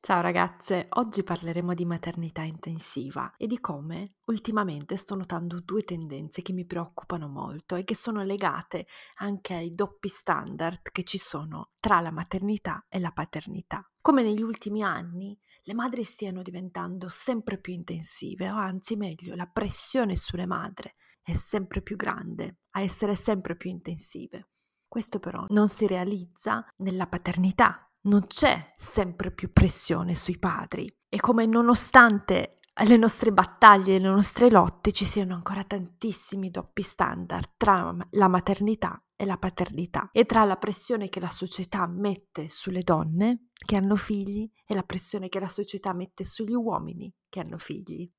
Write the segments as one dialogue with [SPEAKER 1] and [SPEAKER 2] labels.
[SPEAKER 1] Ciao ragazze, oggi parleremo di maternità intensiva e di come ultimamente sto notando due tendenze che mi preoccupano molto e che sono legate anche ai doppi standard che ci sono tra la maternità e la paternità. Come negli ultimi anni le madri stiano diventando sempre più intensive, o anzi meglio, la pressione sulle madri è sempre più grande a essere sempre più intensive. Questo però non si realizza nella paternità. Non c'è sempre più pressione sui padri e come nonostante le nostre battaglie e le nostre lotte ci siano ancora tantissimi doppi standard tra la maternità e la paternità e tra la pressione che la società mette sulle donne che hanno figli e la pressione che la società mette sugli uomini che hanno figli.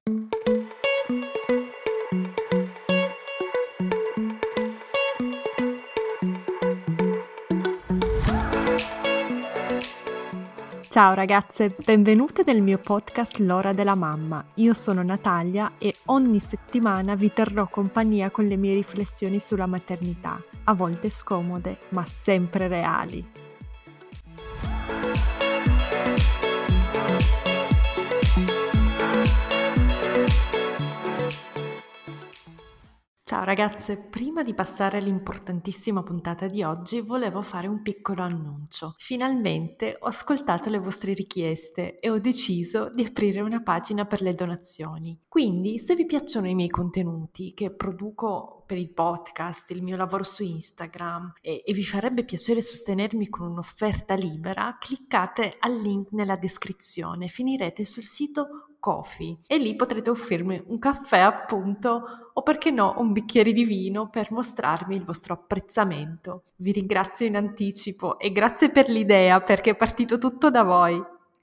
[SPEAKER 1] Ciao ragazze, benvenute nel mio podcast L'ora della mamma. Io sono Natalia e ogni settimana vi terrò compagnia con le mie riflessioni sulla maternità, a volte scomode, ma sempre reali. Ciao ragazze, prima di passare all'importantissima puntata di oggi volevo fare un piccolo annuncio. Finalmente ho ascoltato le vostre richieste e ho deciso di aprire una pagina per le donazioni. Quindi se vi piacciono i miei contenuti che produco per il podcast, il mio lavoro su Instagram e vi farebbe piacere sostenermi con un'offerta libera, cliccate al link nella descrizione, finirete sul sito Ko-fi e lì potrete offrirmi un caffè appunto o perché no un bicchiere di vino per mostrarmi il vostro apprezzamento. Vi ringrazio in anticipo e grazie per l'idea perché è partito tutto da voi.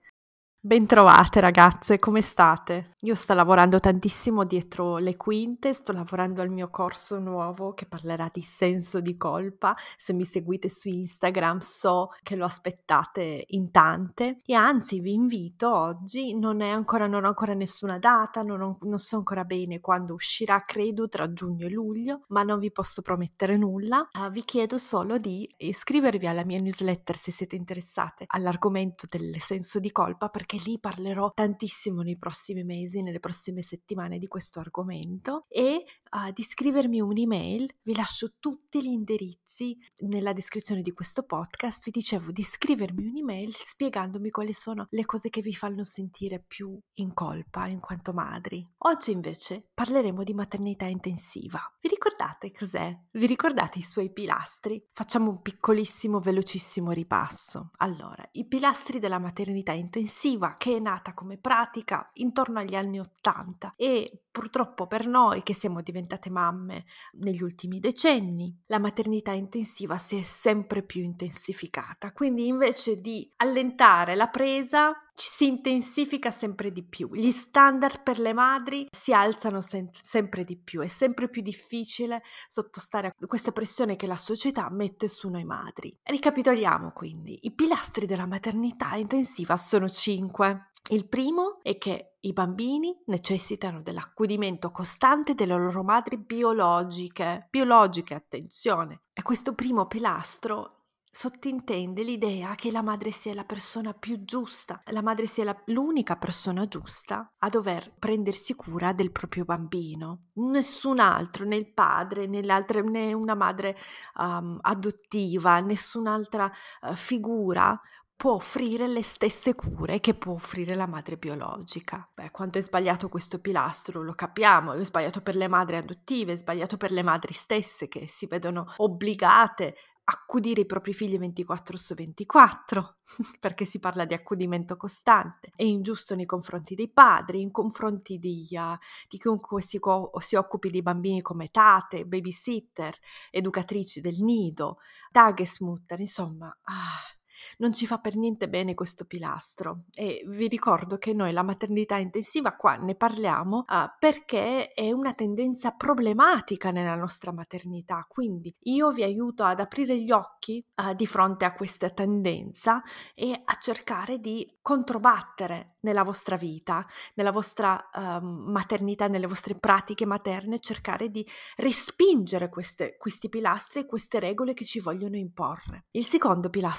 [SPEAKER 1] Bentrovate ragazze, come state? Io sto lavorando tantissimo dietro le quinte, sto lavorando al mio corso nuovo che parlerà di senso di colpa. Se mi seguite su Instagram so che lo aspettate in tante e anzi vi invito oggi, non ho ancora nessuna data, non so ancora bene quando uscirà, credo tra giugno e luglio, ma non vi posso promettere nulla. Vi chiedo solo di iscrivervi alla mia newsletter se siete interessate all'argomento del senso di colpa perché lì parlerò tantissimo nei prossimi mesi, nelle prossime settimane di questo argomento e di scrivermi un'email, vi lascio tutti gli indirizzi nella descrizione di questo podcast, vi dicevo di scrivermi un'email spiegandomi quali sono le cose che vi fanno sentire più in colpa in quanto madri. Oggi invece parleremo di maternità intensiva. Vi ricordate cos'è? Vi ricordate i suoi pilastri? Facciamo un piccolissimo, velocissimo ripasso. Allora, i pilastri della maternità intensiva che è nata come pratica intorno agli anni '80 e purtroppo per noi che siamo diventate mamme negli ultimi decenni, la maternità intensiva si è sempre più intensificata, quindi invece di allentare la presa ci si intensifica sempre di più, gli standard per le madri si alzano sempre di più, è sempre più difficile sottostare a questa pressione che la società mette su noi madri. Ricapitoliamo quindi, i pilastri della maternità intensiva sono 5. Il primo è che i bambini necessitano dell'accudimento costante delle loro madri biologiche, attenzione. E questo primo pilastro sottintende l'idea che la madre sia la persona più giusta, la madre sia l'unica persona giusta a dover prendersi cura del proprio bambino. Nessun altro, né il padre, né una madre adottiva, nessun'altra figura può offrire le stesse cure che può offrire la madre biologica. Beh, quanto è sbagliato questo pilastro, lo capiamo, è sbagliato per le madri adottive, è sbagliato per le madri stesse che si vedono obbligate a accudire i propri figli 24 su 24, perché si parla di accudimento costante. È ingiusto nei confronti dei padri, in confronti di chiunque si occupi di bambini come tate, babysitter, educatrici del nido, Tagesmutter, insomma, non ci fa per niente bene questo pilastro e vi ricordo che noi la maternità intensiva qua ne parliamo perché è una tendenza problematica nella nostra maternità, quindi io vi aiuto ad aprire gli occhi di fronte a questa tendenza e a cercare di controbattere nella vostra vita, nella vostra maternità, nelle vostre pratiche materne, cercare di respingere questi pilastri e queste regole che ci vogliono imporre. Il secondo pilastro della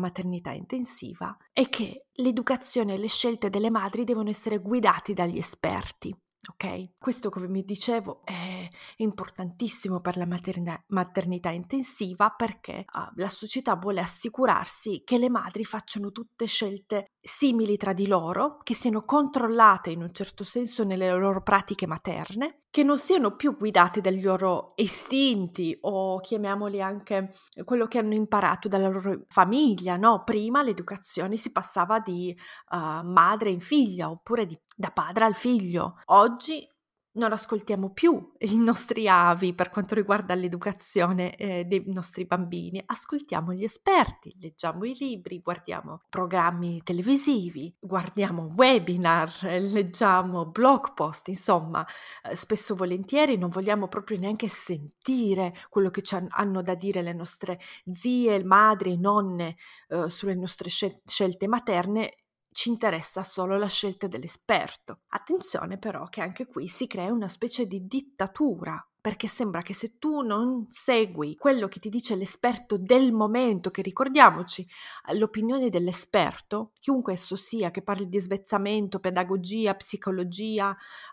[SPEAKER 1] maternità intensiva è che l'educazione e le scelte delle madri devono essere guidati dagli esperti. Ok? Questo, come mi dicevo, è importantissimo per la maternità intensiva perché la società vuole assicurarsi che le madri facciano tutte scelte simili tra di loro, che siano controllate in un certo senso nelle loro pratiche materne, che non siano più guidate dagli loro istinti o chiamiamoli anche quello che hanno imparato dalla loro famiglia, no? Prima l'educazione si passava di madre in figlia oppure da padre al figlio. Oggi non ascoltiamo più i nostri avi per quanto riguarda l'educazione dei nostri bambini, ascoltiamo gli esperti, leggiamo i libri, guardiamo programmi televisivi, guardiamo webinar, leggiamo blog post, insomma, spesso volentieri non vogliamo proprio neanche sentire quello che hanno da dire le nostre zie, madri, nonne sulle nostre scelte materne. Ci interessa solo la scelta dell'esperto. Attenzione però che anche qui si crea una specie di dittatura, perché sembra che se tu non segui quello che ti dice l'esperto del momento, che ricordiamoci, l'opinione dell'esperto, chiunque esso sia, che parli di svezzamento, pedagogia, psicologia,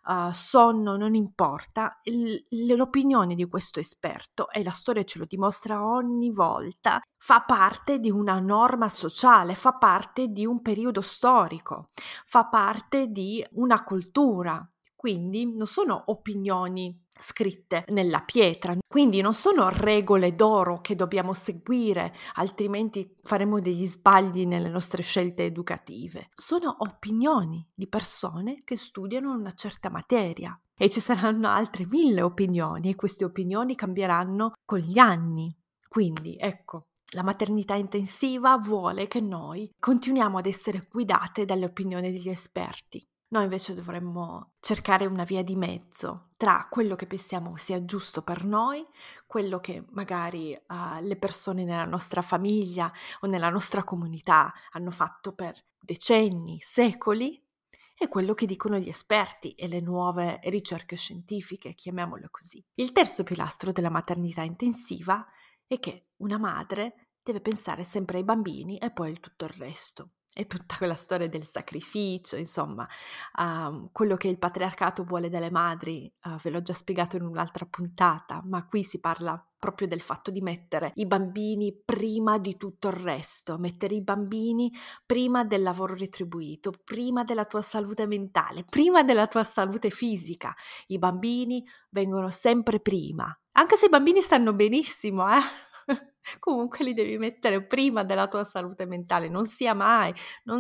[SPEAKER 1] sonno, non importa, l'opinione di questo esperto, e la storia ce lo dimostra ogni volta, fa parte di una norma sociale, fa parte di un periodo storico, fa parte di una cultura. Quindi non sono opinioni scritte nella pietra, quindi non sono regole d'oro che dobbiamo seguire, altrimenti faremo degli sbagli nelle nostre scelte educative. Sono opinioni di persone che studiano una certa materia e ci saranno altre 1000 opinioni e queste opinioni cambieranno con gli anni. Quindi, ecco, la maternità intensiva vuole che noi continuiamo ad essere guidate dalle opinioni degli esperti. Noi invece dovremmo cercare una via di mezzo tra quello che pensiamo sia giusto per noi, quello che magari le persone nella nostra famiglia o nella nostra comunità hanno fatto per decenni, secoli, e quello che dicono gli esperti e le nuove ricerche scientifiche, chiamiamolo così. Il terzo pilastro della maternità intensiva è che una madre deve pensare sempre ai bambini e poi tutto il resto. È tutta quella storia del sacrificio, insomma, quello che il patriarcato vuole dalle madri, ve l'ho già spiegato in un'altra puntata, ma qui si parla proprio del fatto di mettere i bambini prima di tutto il resto, mettere i bambini prima del lavoro retribuito, prima della tua salute mentale, prima della tua salute fisica. I bambini vengono sempre prima, anche se i bambini stanno benissimo, comunque li devi mettere prima della tua salute mentale, non sia mai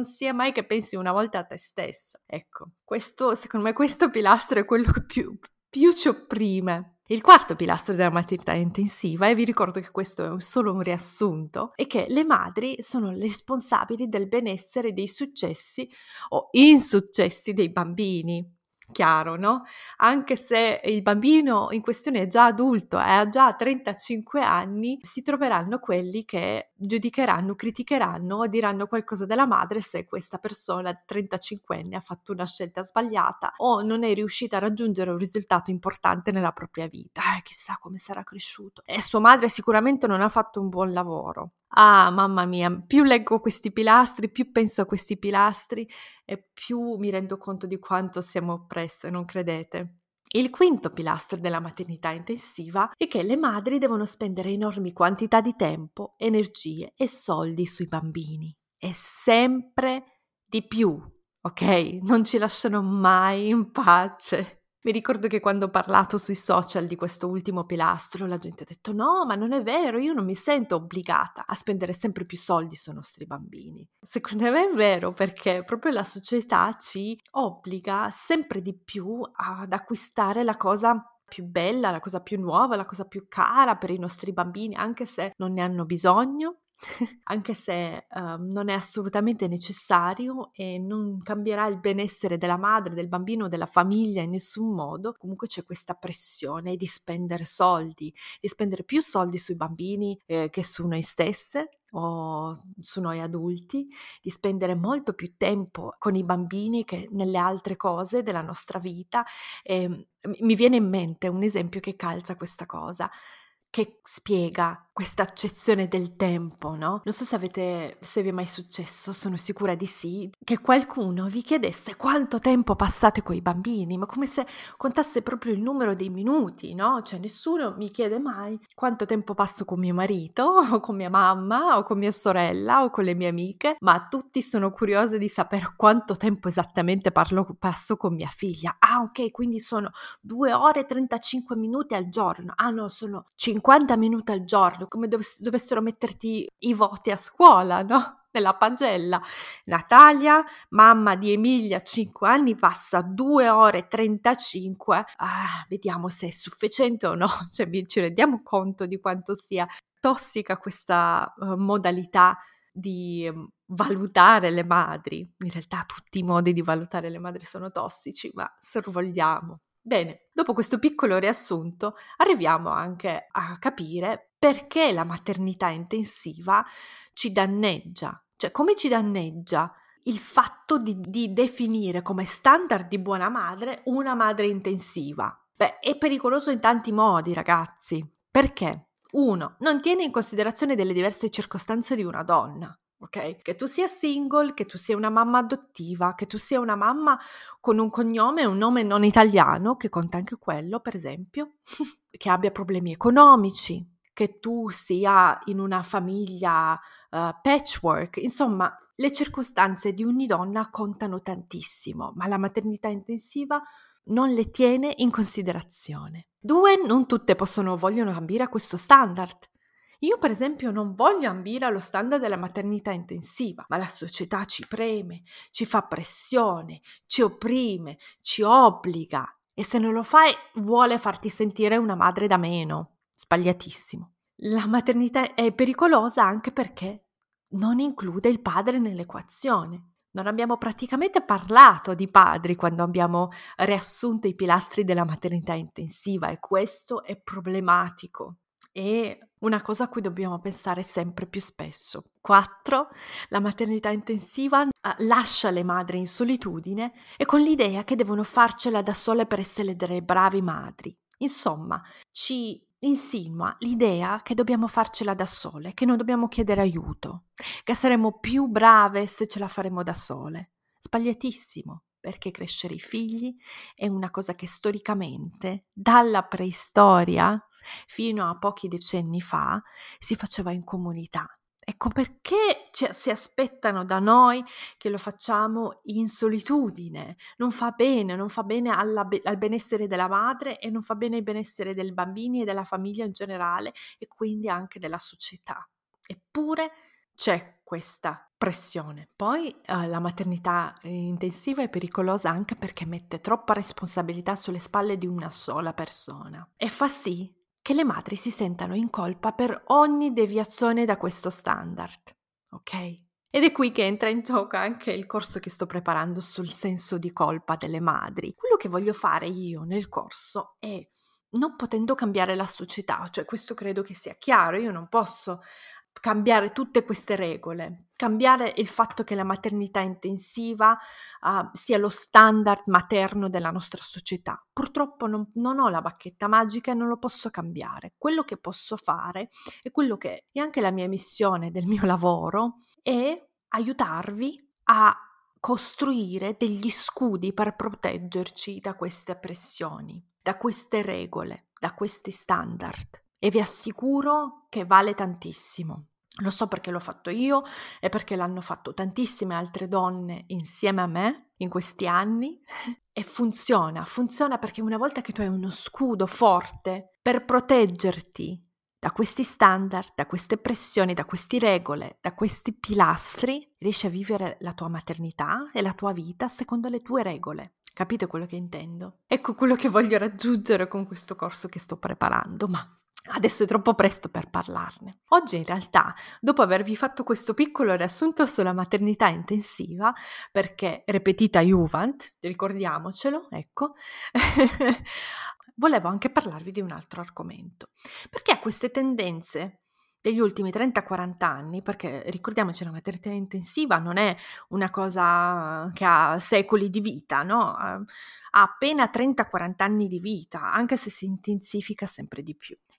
[SPEAKER 1] che pensi una volta a te stessa. Ecco, secondo me questo pilastro è quello che più ci opprime. Il quarto pilastro della maternità intensiva, e vi ricordo che questo è solo un riassunto, è che le madri sono le responsabili del benessere, dei successi o insuccessi dei bambini. Chiaro, no? Anche se il bambino in questione è già adulto e ha già 35 anni, si troveranno quelli che giudicheranno, criticheranno o diranno qualcosa della madre se questa persona 35enne ha fatto una scelta sbagliata o non è riuscita a raggiungere un risultato importante nella propria vita. Chissà come sarà cresciuto. E sua madre sicuramente non ha fatto un buon lavoro. Ah, mamma mia, più leggo questi pilastri, più penso a questi pilastri e più mi rendo conto di quanto siamo oppresse, non credete? Il quinto pilastro della maternità intensiva è che le madri devono spendere enormi quantità di tempo, energie e soldi sui bambini. E sempre di più, ok? Non ci lasciano mai in pace. Mi ricordo che quando ho parlato sui social di questo ultimo pilastro, la gente ha detto no, ma non è vero, io non mi sento obbligata a spendere sempre più soldi sui nostri bambini. Secondo me è vero perché proprio la società ci obbliga sempre di più ad acquistare la cosa più bella, la cosa più nuova, la cosa più cara per i nostri bambini, anche se non ne hanno bisogno. Anche se non è assolutamente necessario e non cambierà il benessere della madre, del bambino, della famiglia in nessun modo, comunque c'è questa pressione di spendere soldi, di spendere più soldi sui bambini che su noi stesse o su noi adulti, di spendere molto più tempo con i bambini che nelle altre cose della nostra vita. Mi viene in mente un esempio che calza questa cosa. che spiega questa accezione del tempo, no? Non so se vi è mai successo, sono sicura di sì, che qualcuno vi chiedesse quanto tempo passate con i bambini, ma come se contasse proprio il numero dei minuti, no? Cioè nessuno mi chiede mai quanto tempo passo con mio marito, o con mia mamma, o con mia sorella, o con le mie amiche, ma tutti sono curiose di sapere quanto tempo esattamente passo con mia figlia. Ah, ok, quindi sono 2 ore e 35 minuti al giorno. Ah no, sono 50 minuti al giorno, come dovessero metterti i voti a scuola, no? Nella pagella. Natalia, mamma di Emilia, 5 anni, passa 2 ore e 35. Vediamo se è sufficiente o no. Cioè, ci rendiamo conto di quanto sia tossica questa modalità di valutare le madri. In realtà tutti i modi di valutare le madri sono tossici, ma sorvoliamo. Bene, dopo questo piccolo riassunto arriviamo anche a capire perché la maternità intensiva ci danneggia. Cioè, come ci danneggia il fatto di definire come standard di buona madre una madre intensiva. Beh, è pericoloso in tanti modi, ragazzi. Perché? 1. Non tiene in considerazione delle diverse circostanze di una donna. Ok? Che tu sia single, che tu sia una mamma adottiva, che tu sia una mamma con un cognome e un nome non italiano, che conta anche quello, per esempio, che abbia problemi economici, che tu sia in una famiglia patchwork, insomma, le circostanze di ogni donna contano tantissimo, ma la maternità intensiva non le tiene in considerazione. 2. Non tutte vogliono ambire a questo standard. Io per esempio non voglio ambire allo standard della maternità intensiva, ma la società ci preme, ci fa pressione, ci opprime, ci obbliga e se non lo fai vuole farti sentire una madre da meno. Sbagliatissimo. La maternità è pericolosa anche perché non include il padre nell'equazione. Non abbiamo praticamente parlato di padri quando abbiamo riassunto i pilastri della maternità intensiva e questo è problematico. È una cosa a cui dobbiamo pensare sempre più spesso. 4. La maternità intensiva lascia le madri in solitudine e con l'idea che devono farcela da sole per essere delle bravi madri. Insomma, ci insinua l'idea che dobbiamo farcela da sole, che non dobbiamo chiedere aiuto, che saremo più brave se ce la faremo da sole. Sbagliatissimo, perché crescere i figli è una cosa che storicamente, dalla preistoria fino a pochi decenni fa, si faceva in comunità. Ecco perché si aspettano da noi che lo facciamo in solitudine. Non fa bene al benessere della madre e non fa bene al benessere dei bambini e della famiglia in generale e quindi anche della società. Eppure c'è questa pressione. Poi la maternità intensiva è pericolosa anche perché mette troppa responsabilità sulle spalle di una sola persona e fa sì che le madri si sentano in colpa per ogni deviazione da questo standard, ok? Ed è qui che entra in gioco anche il corso che sto preparando sul senso di colpa delle madri. Quello che voglio fare io nel corso è, non potendo cambiare la società, cioè questo credo che sia chiaro, io non posso cambiare tutte queste regole, cambiare il fatto che la maternità intensiva sia lo standard materno della nostra società. Purtroppo non ho la bacchetta magica e non lo posso cambiare. Quello che posso fare e quello che è anche la mia missione del mio lavoro è aiutarvi a costruire degli scudi per proteggerci da queste pressioni, da queste regole, da questi standard. E vi assicuro che vale tantissimo. Lo so perché l'ho fatto io e perché l'hanno fatto tantissime altre donne insieme a me in questi anni e funziona perché una volta che tu hai uno scudo forte per proteggerti da questi standard, da queste pressioni, da queste regole, da questi pilastri, riesci a vivere la tua maternità e la tua vita secondo le tue regole. Capite quello che intendo? Ecco quello che voglio raggiungere con questo corso che sto preparando, ma adesso è troppo presto per parlarne. Oggi in realtà, dopo avervi fatto questo piccolo riassunto sulla maternità intensiva, perché repetita iuvant, ricordiamocelo, ecco, volevo anche parlarvi di un altro argomento. Perché queste tendenze degli ultimi 30-40 anni, perché ricordiamoci la maternità intensiva non è una cosa che ha secoli di vita, no? Ha appena 30-40 anni di vita, anche se si intensifica sempre di più.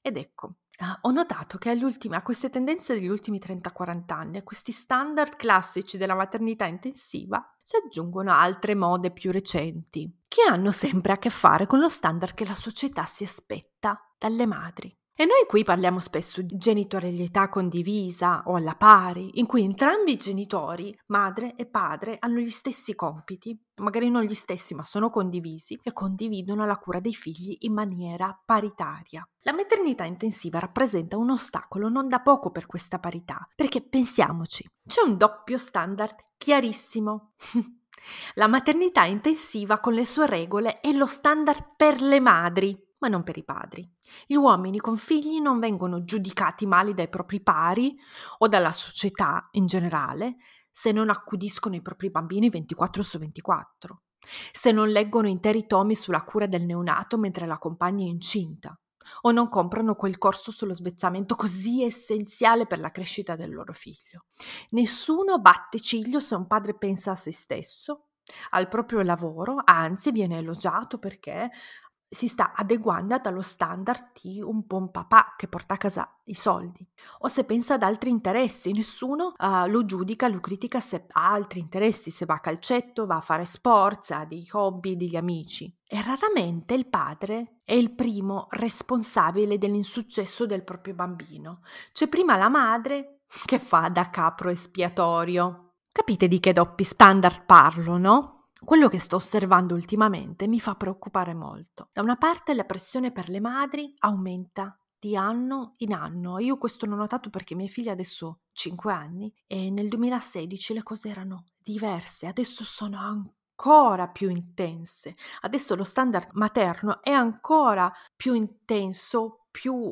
[SPEAKER 1] Ed ecco, ho notato che a queste tendenze degli ultimi 30-40 anni, a questi standard classici della maternità intensiva, si aggiungono altre mode più recenti, che hanno sempre a che fare con lo standard che la società si aspetta dalle madri. E noi qui parliamo spesso di genitorialità condivisa o alla pari, in cui entrambi i genitori, madre e padre, hanno gli stessi compiti, magari non gli stessi, ma sono condivisi e condividono la cura dei figli in maniera paritaria. La maternità intensiva rappresenta un ostacolo non da poco per questa parità, perché pensiamoci, c'è un doppio standard chiarissimo. La maternità intensiva con le sue regole è lo standard per le madri, ma non per i padri. Gli uomini con figli non vengono giudicati male dai propri pari o dalla società in generale se non accudiscono i propri bambini 24 su 24, se non leggono interi tomi sulla cura del neonato mentre la compagna è incinta, o non comprano quel corso sullo svezzamento così essenziale per la crescita del loro figlio. Nessuno batte ciglio se un padre pensa a se stesso, al proprio lavoro, anzi viene elogiato perché si sta adeguando allo standard di un buon papà che porta a casa i soldi. O se pensa ad altri interessi, nessuno lo giudica, lo critica se ha altri interessi, se va a calcetto, va a fare sport, ha dei hobby, degli amici. E raramente il padre è il primo responsabile dell'insuccesso del proprio bambino. C'è prima la madre che fa da capro espiatorio. Capite di che doppi standard parlo, no? Quello che sto osservando ultimamente mi fa preoccupare molto. Da una parte la pressione per le madri aumenta di anno in anno. Io questo l'ho notato perché mia figlia adesso ha 5 anni e nel 2016 le cose erano diverse, adesso sono ancora più intense. Adesso lo standard materno è ancora più intenso, più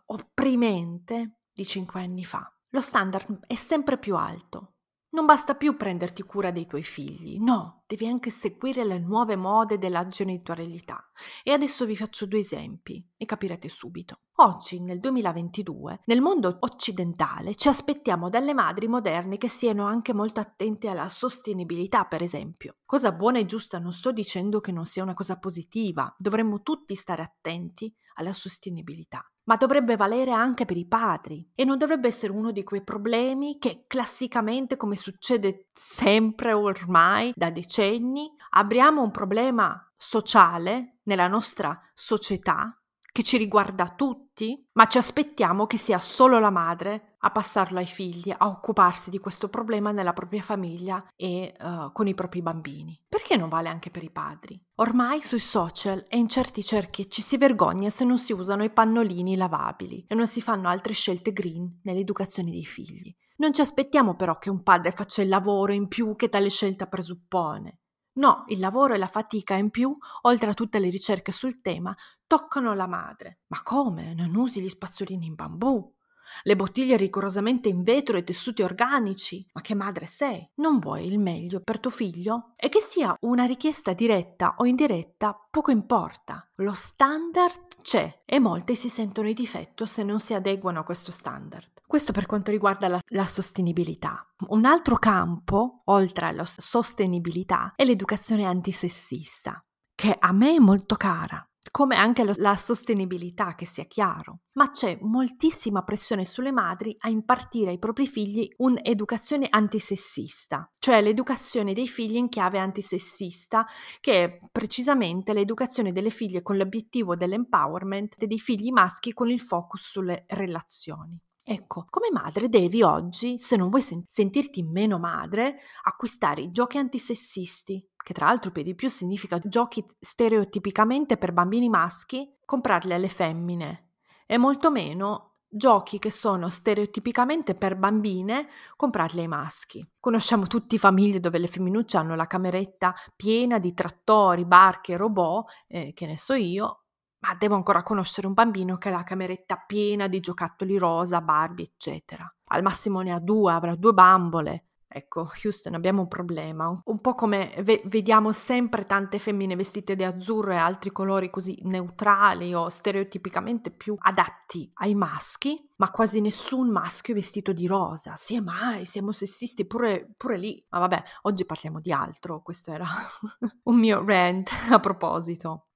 [SPEAKER 1] opprimente di 5 anni fa. Lo standard è sempre più alto. Non basta più prenderti cura dei tuoi figli, no, devi anche seguire le nuove mode della genitorialità. E adesso vi faccio 2 esempi e capirete subito. Oggi, nel 2022, nel mondo occidentale ci aspettiamo dalle madri moderne che siano anche molto attente alla sostenibilità, per esempio. Cosa buona e giusta, non sto dicendo che non sia una cosa positiva, dovremmo tutti stare attenti alla sostenibilità. Ma dovrebbe valere anche per i padri e non dovrebbe essere uno di quei problemi che classicamente, come succede sempre ormai da decenni, abbiamo un problema sociale nella nostra società che ci riguarda tutti, ma ci aspettiamo che sia solo la madre a passarlo ai figli, a occuparsi di questo problema nella propria famiglia e con i propri bambini. Perché non vale anche per i padri? Ormai sui social e in certi cerchi ci si vergogna se non si usano i pannolini lavabili e non si fanno altre scelte green nell'educazione dei figli. Non ci aspettiamo però che un padre faccia il lavoro in più che tale scelta presuppone. No, il lavoro e la fatica in più, oltre a tutte le ricerche sul tema, toccano la madre. Ma come? Non usi gli spazzolini in bambù? Le bottiglie rigorosamente in vetro e tessuti organici? Ma che madre sei? Non vuoi il meglio per tuo figlio? E che sia una richiesta diretta o indiretta, poco importa. Lo standard c'è e molti si sentono in difetto se non si adeguano a questo standard. Questo per quanto riguarda la sostenibilità. Un altro campo, oltre alla sostenibilità, è l'educazione antisessista, che a me è molto cara, come anche la sostenibilità, che sia chiaro. Ma c'è moltissima pressione sulle madri a impartire ai propri figli un'educazione antisessista, cioè l'educazione dei figli in chiave antisessista, che è precisamente l'educazione delle figlie con l'obiettivo dell'empowerment dei figli maschi con il focus sulle relazioni. Ecco, come madre devi oggi, se non vuoi sentirti meno madre, acquistare i giochi antisessisti, che tra l'altro per di più significa giochi stereotipicamente per bambini maschi, comprarli alle femmine, e molto meno giochi che sono stereotipicamente per bambine, comprarli ai maschi. Conosciamo tutti famiglie dove le femminucce hanno la cameretta piena di trattori, barche, robot, che ne so io, ma devo ancora conoscere un bambino che ha la cameretta piena di giocattoli rosa, Barbie, eccetera. Al massimo ne ha 2, avrà 2 bambole. Ecco, Houston, abbiamo un problema. Un po' come vediamo sempre tante femmine vestite di azzurro e altri colori così neutrali o stereotipicamente più adatti ai maschi, ma quasi nessun maschio è vestito di rosa. Sì, mai, siamo sessisti pure lì. Ma vabbè, oggi parliamo di altro. Questo era un mio rant a proposito.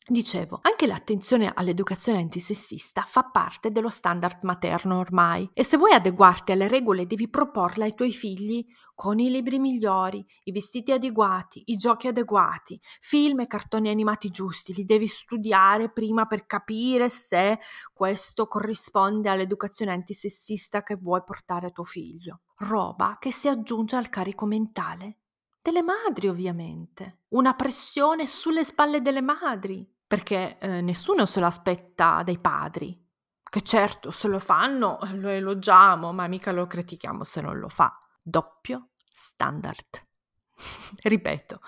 [SPEAKER 1] Dicevo, anche l'attenzione all'educazione antisessista fa parte dello standard materno ormai e se vuoi adeguarti alle regole devi proporle ai tuoi figli con i libri migliori, i vestiti adeguati, i giochi adeguati, film e cartoni animati giusti, li devi studiare prima per capire se questo corrisponde all'educazione antisessista che vuoi portare a tuo figlio. Roba che si aggiunge al carico mentale delle madri, ovviamente. Una pressione sulle spalle delle madri, perché nessuno se lo aspetta dai padri, che certo se lo fanno lo elogiamo, ma mica lo critichiamo se non lo fa. Doppio standard. Ripeto,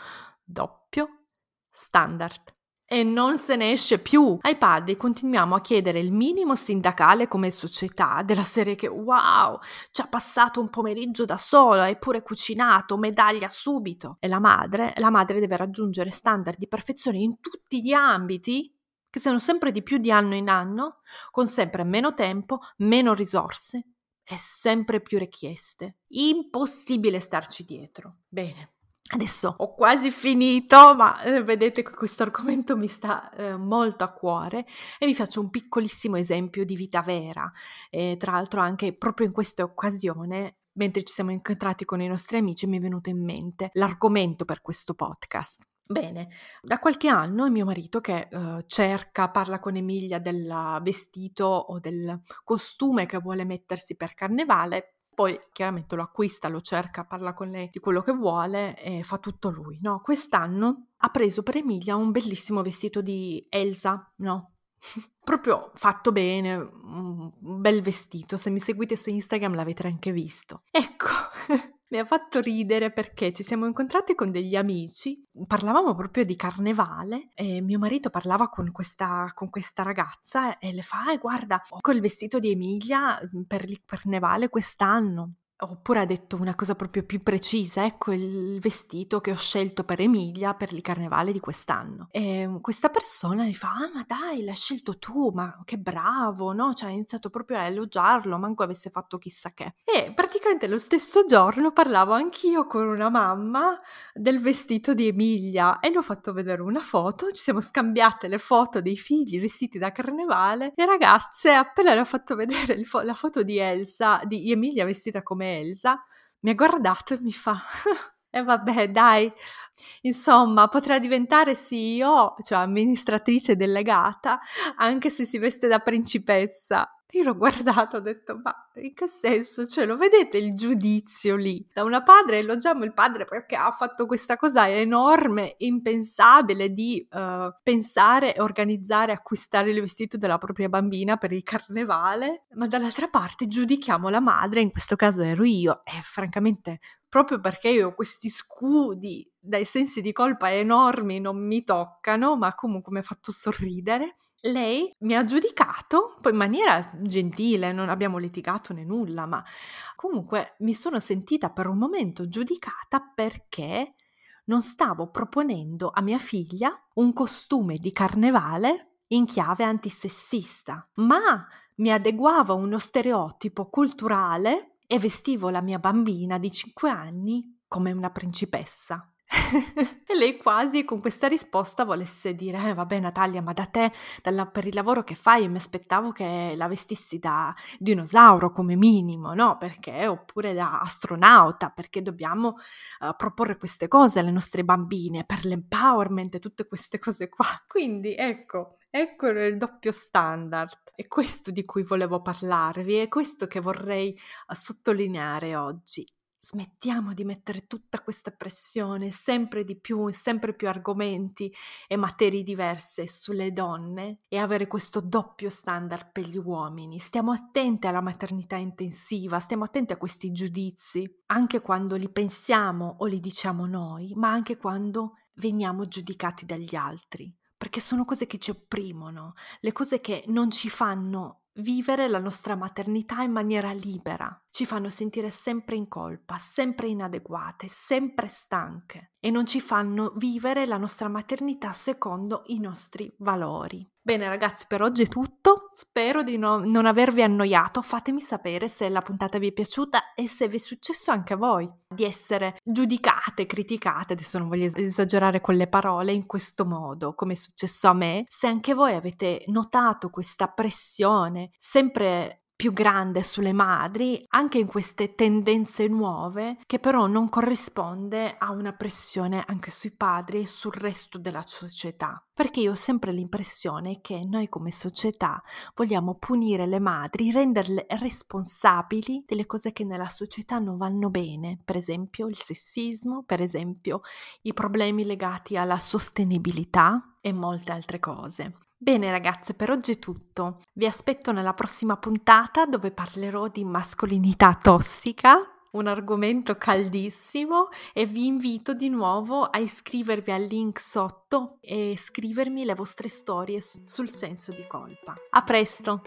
[SPEAKER 1] doppio standard. E non se ne esce più. Ai padri continuiamo a chiedere il minimo sindacale come società, della serie che wow, ci ha passato un pomeriggio da solo, hai pure cucinato, medaglia subito. E la madre deve raggiungere standard di perfezione in tutti gli ambiti, che sono sempre di più di anno in anno, con sempre meno tempo, meno risorse e sempre più richieste. Impossibile starci dietro. Bene. Adesso ho quasi finito, ma vedete che questo argomento mi sta molto a cuore e vi faccio un piccolissimo esempio di vita vera. Tra l'altro anche proprio in questa occasione, mentre ci siamo incontrati con i nostri amici, mi è venuto in mente l'argomento per questo podcast. Bene, da qualche anno è mio marito che parla con Emilia del vestito o del costume che vuole mettersi per carnevale. Poi chiaramente lo acquista, lo cerca, parla con lei di quello che vuole e fa tutto lui, no? Quest'anno ha preso per Emilia un bellissimo vestito di Elsa, no? Proprio fatto bene, un bel vestito. Se mi seguite su Instagram l'avete anche visto. Ecco, mi ha fatto ridere perché ci siamo incontrati con degli amici, parlavamo proprio di carnevale e mio marito parlava con questa ragazza e le fa, guarda, ho quel vestito di Emilia per il carnevale quest'anno. Oppure ha detto una cosa proprio più precisa, ecco il vestito che ho scelto per Emilia per il carnevale di quest'anno. E questa persona mi fa, ma dai, l'hai scelto tu, ma che bravo, no? Cioè ha iniziato proprio a elogiarlo, manco avesse fatto chissà che. E praticamente lo stesso giorno parlavo anch'io con una mamma del vestito di Emilia e le ho fatto vedere una foto, ci siamo scambiate le foto dei figli vestiti da carnevale e ragazze, appena le ho fatto vedere la foto di Elsa, di Emilia vestita come Elsa, mi ha guardato e mi fa e vabbè dai, insomma potrà diventare CEO, cioè amministratrice delegata, anche se si veste da principessa. Io l'ho guardato, ho detto, ma in che senso? Cioè, lo vedete il giudizio lì? Da una padre elogiamo il padre perché ha fatto questa cosa enorme, impensabile di pensare, organizzare, acquistare il vestito della propria bambina per il carnevale, ma dall'altra parte giudichiamo la madre, in questo caso ero io, e francamente proprio perché io ho questi scudi dai sensi di colpa enormi non mi toccano, ma comunque mi ha fatto sorridere. Lei mi ha giudicato, poi in maniera gentile, non abbiamo litigato né nulla, ma comunque mi sono sentita per un momento giudicata perché non stavo proponendo a mia figlia un costume di carnevale in chiave antisessista, ma mi adeguavo a uno stereotipo culturale e vestivo la mia bambina di 5 anni come una principessa. E lei quasi con questa risposta volesse dire vabbè Natalia, ma da te, per il lavoro che fai, mi aspettavo che la vestissi da dinosauro come minimo, no? Perché oppure da astronauta, perché dobbiamo proporre queste cose alle nostre bambine per l'empowerment e tutte queste cose qua. Quindi ecco il doppio standard. È questo di cui volevo parlarvi, è questo che vorrei sottolineare oggi. Smettiamo di mettere tutta questa pressione sempre di più e sempre più argomenti e materie diverse sulle donne e avere questo doppio standard per gli uomini. Stiamo attenti alla maternità intensiva, stiamo attenti a questi giudizi, anche quando li pensiamo o li diciamo noi, ma anche quando veniamo giudicati dagli altri, perché sono cose che ci opprimono, le cose che non ci fanno vivere la nostra maternità in maniera libera. ci fanno sentire sempre in colpa, sempre inadeguate, sempre stanche e non ci fanno vivere la nostra maternità secondo i nostri valori. Bene ragazzi, per oggi è tutto, spero di non avervi annoiato, fatemi sapere se la puntata vi è piaciuta e se vi è successo anche a voi di essere giudicate, criticate, adesso non voglio esagerare con le parole, in questo modo, come è successo a me, se anche voi avete notato questa pressione sempre più grande sulle madri, anche in queste tendenze nuove, che però non corrisponde a una pressione anche sui padri e sul resto della società. Perché io ho sempre l'impressione che noi come società vogliamo punire le madri, renderle responsabili delle cose che nella società non vanno bene, per esempio il sessismo, per esempio i problemi legati alla sostenibilità e molte altre cose. Bene ragazze, per oggi è tutto. Vi aspetto nella prossima puntata dove parlerò di mascolinità tossica, un argomento caldissimo, e vi invito di nuovo a iscrivervi al link sotto e scrivermi le vostre storie sul senso di colpa. A presto!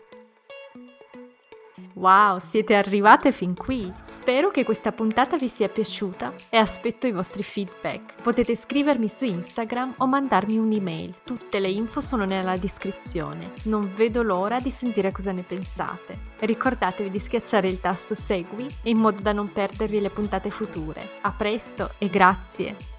[SPEAKER 1] Wow, siete arrivate fin qui! Spero che questa puntata vi sia piaciuta e aspetto i vostri feedback. Potete scrivermi su Instagram o mandarmi un'email. Tutte le info sono nella descrizione. Non vedo l'ora di sentire cosa ne pensate. Ricordatevi di schiacciare il tasto segui in modo da non perdervi le puntate future. A presto e grazie!